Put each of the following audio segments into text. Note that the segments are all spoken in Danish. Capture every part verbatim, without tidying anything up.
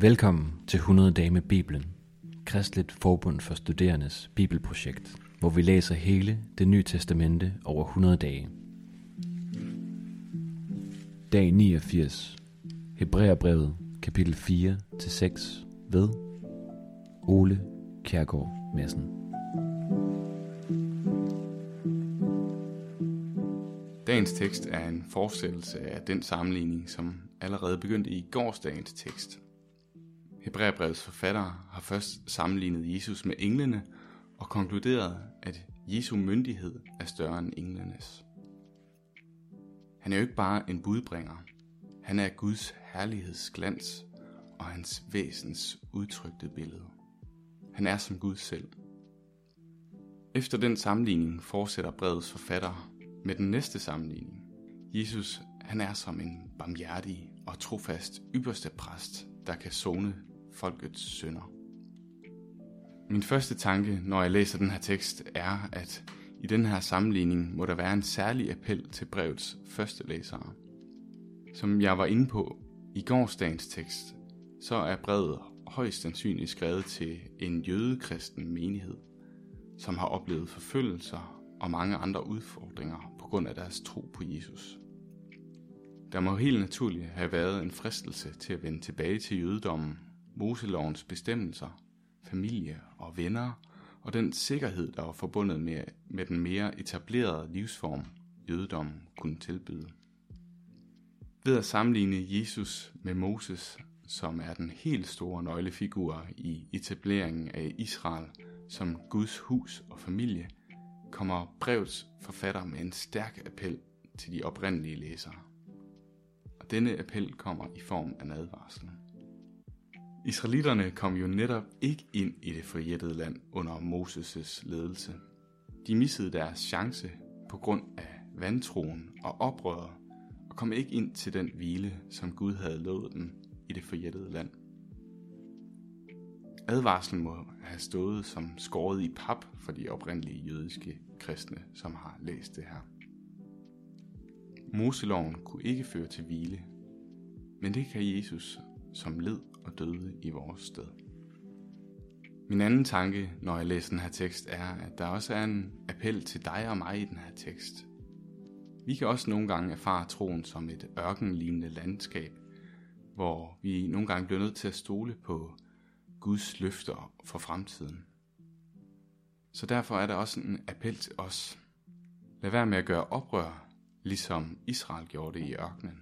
Velkommen til hundrede dage med Bibelen, Kristeligt Forbund for Studerendes Bibelprojekt, hvor vi læser hele Det Nye Testamente over hundrede dage. Dag niogfirs, Hebræerbrevet, kapitel fire til seks, ved Ole Kjærgaard Madsen. Dagens tekst er en fortsættelse af den sammenligning, som allerede begyndte i gårsdagens tekst. Hebræerbrevets forfattere har først sammenlignet Jesus med englene og konkluderet, at Jesu myndighed er større end englenes. Han er jo ikke bare en budbringer. Han er Guds herlighedsglans og hans væsens udtrykte billede. Han er som Gud selv. Efter den sammenligning fortsætter brevets forfattere med den næste sammenligning. Jesus, han er som en barmhjertig og trofast ypperste præst, der kan sone folkets synder. Min første tanke, når jeg læser den her tekst, er, at i den her sammenligning må der være en særlig appel til brevets første læsere. Som jeg var inde på i gårsdagens tekst, så er brevet højst sandsynligt skrevet til en jødekristen menighed, som har oplevet forfølgelser og mange andre udfordringer på grund af deres tro på Jesus. Der må helt naturligt have været en fristelse til at vende tilbage til jødedommen, Moselovens bestemmelser, familie og venner, og den sikkerhed, der var forbundet med, med den mere etablerede livsform, jødedommen kunne tilbyde. Ved at sammenligne Jesus med Moses, som er den helt store nøglefigur i etableringen af Israel som Guds hus og familie, kommer brevets forfatter med en stærk appel til de oprindelige læsere. Og denne appel kommer i form af en advarsel. Israelitterne kom jo netop ikke ind i det forjættede land under Moses' ledelse. De missede deres chance på grund af vantroen og oprøret, og kom ikke ind til den hvile, som Gud havde lovet dem i det forjættede land. Advarslen må have stået som skåret i pap for de oprindelige jødiske kristne, som har læst det her. Moseloven kunne ikke føre til hvile, men det kan Jesus, som led og døde i vores sted. Min anden tanke, når jeg læser den her tekst, er, at der også er en appel til dig og mig i den her tekst. Vi kan også nogle gange erfare troen som et ørkenlignende landskab, hvor vi nogle gange bliver nødt til at stole på Guds løfter for fremtiden. Så derfor er der også en appel til os. Lad være med at gøre oprør, ligesom Israel gjorde det i ørkenen.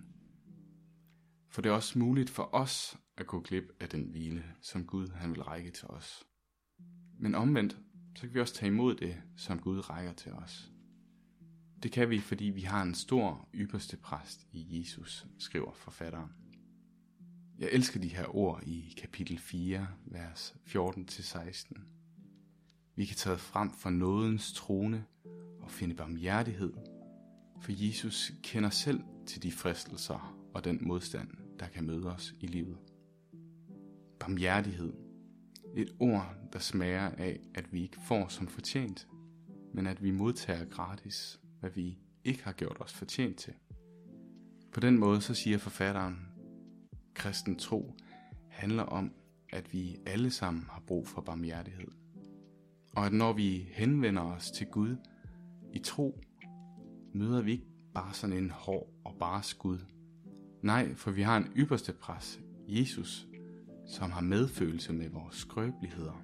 For det er også muligt for os at gå glip af den hvile, som Gud han vil række til os. Men omvendt, så kan vi også tage imod det, som Gud rækker til os. Det kan vi, fordi vi har en stor ypperste præst i Jesus, skriver forfatteren. Jeg elsker de her ord i kapitel fire, vers fjorten til seksten. Vi kan træde frem for nådens trone og finde barmhjertighed, for Jesus kender selv til de fristelser og den modstand, der kan møde os i livet. Barmhjertighed. Et ord, der smager af, at vi ikke får som fortjent, men at vi modtager gratis, hvad vi ikke har gjort os fortjent til. På den måde så siger forfatteren, kristen tro handler om, at vi alle sammen har brug for barmhjertighed. Og at når vi henvender os til Gud i tro, møder vi ikke bare sådan en hård og barsk Gud. Nej, for vi har en ypperste præst, Jesus, som har medfølelse med vores skrøbeligheder.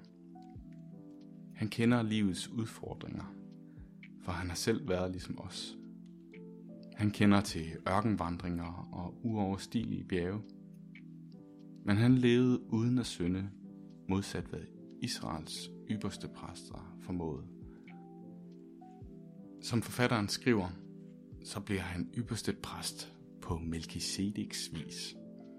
Han kender livets udfordringer, for han har selv været ligesom os. Han kender til ørkenvandringer og uoverstigelige bjerge. Men han levede uden at synde, modsat hvad Israels ypperste præster formåede. Som forfatteren skriver, så bliver han ypperste præst på Melkisedeks vis.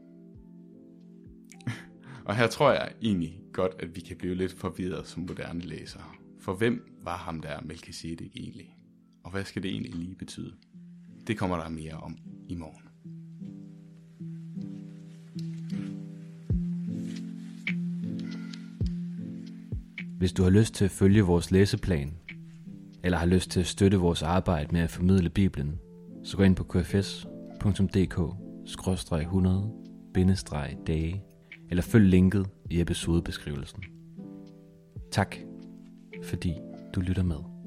Og her tror jeg egentlig godt, at vi kan blive lidt forvirret som moderne læsere. For hvem var ham der Melkisedek egentlig? Og hvad skal det egentlig lige betyde? Det kommer der mere om i morgen. Hvis du har lyst til at følge vores læseplan, eller har lyst til at støtte vores arbejde med at formidle Bibelen, så gå ind på k f s punktum d k skråstreg hundrede bindestreg dage eller følg linket i episodebeskrivelsen. Tak, fordi du lytter med.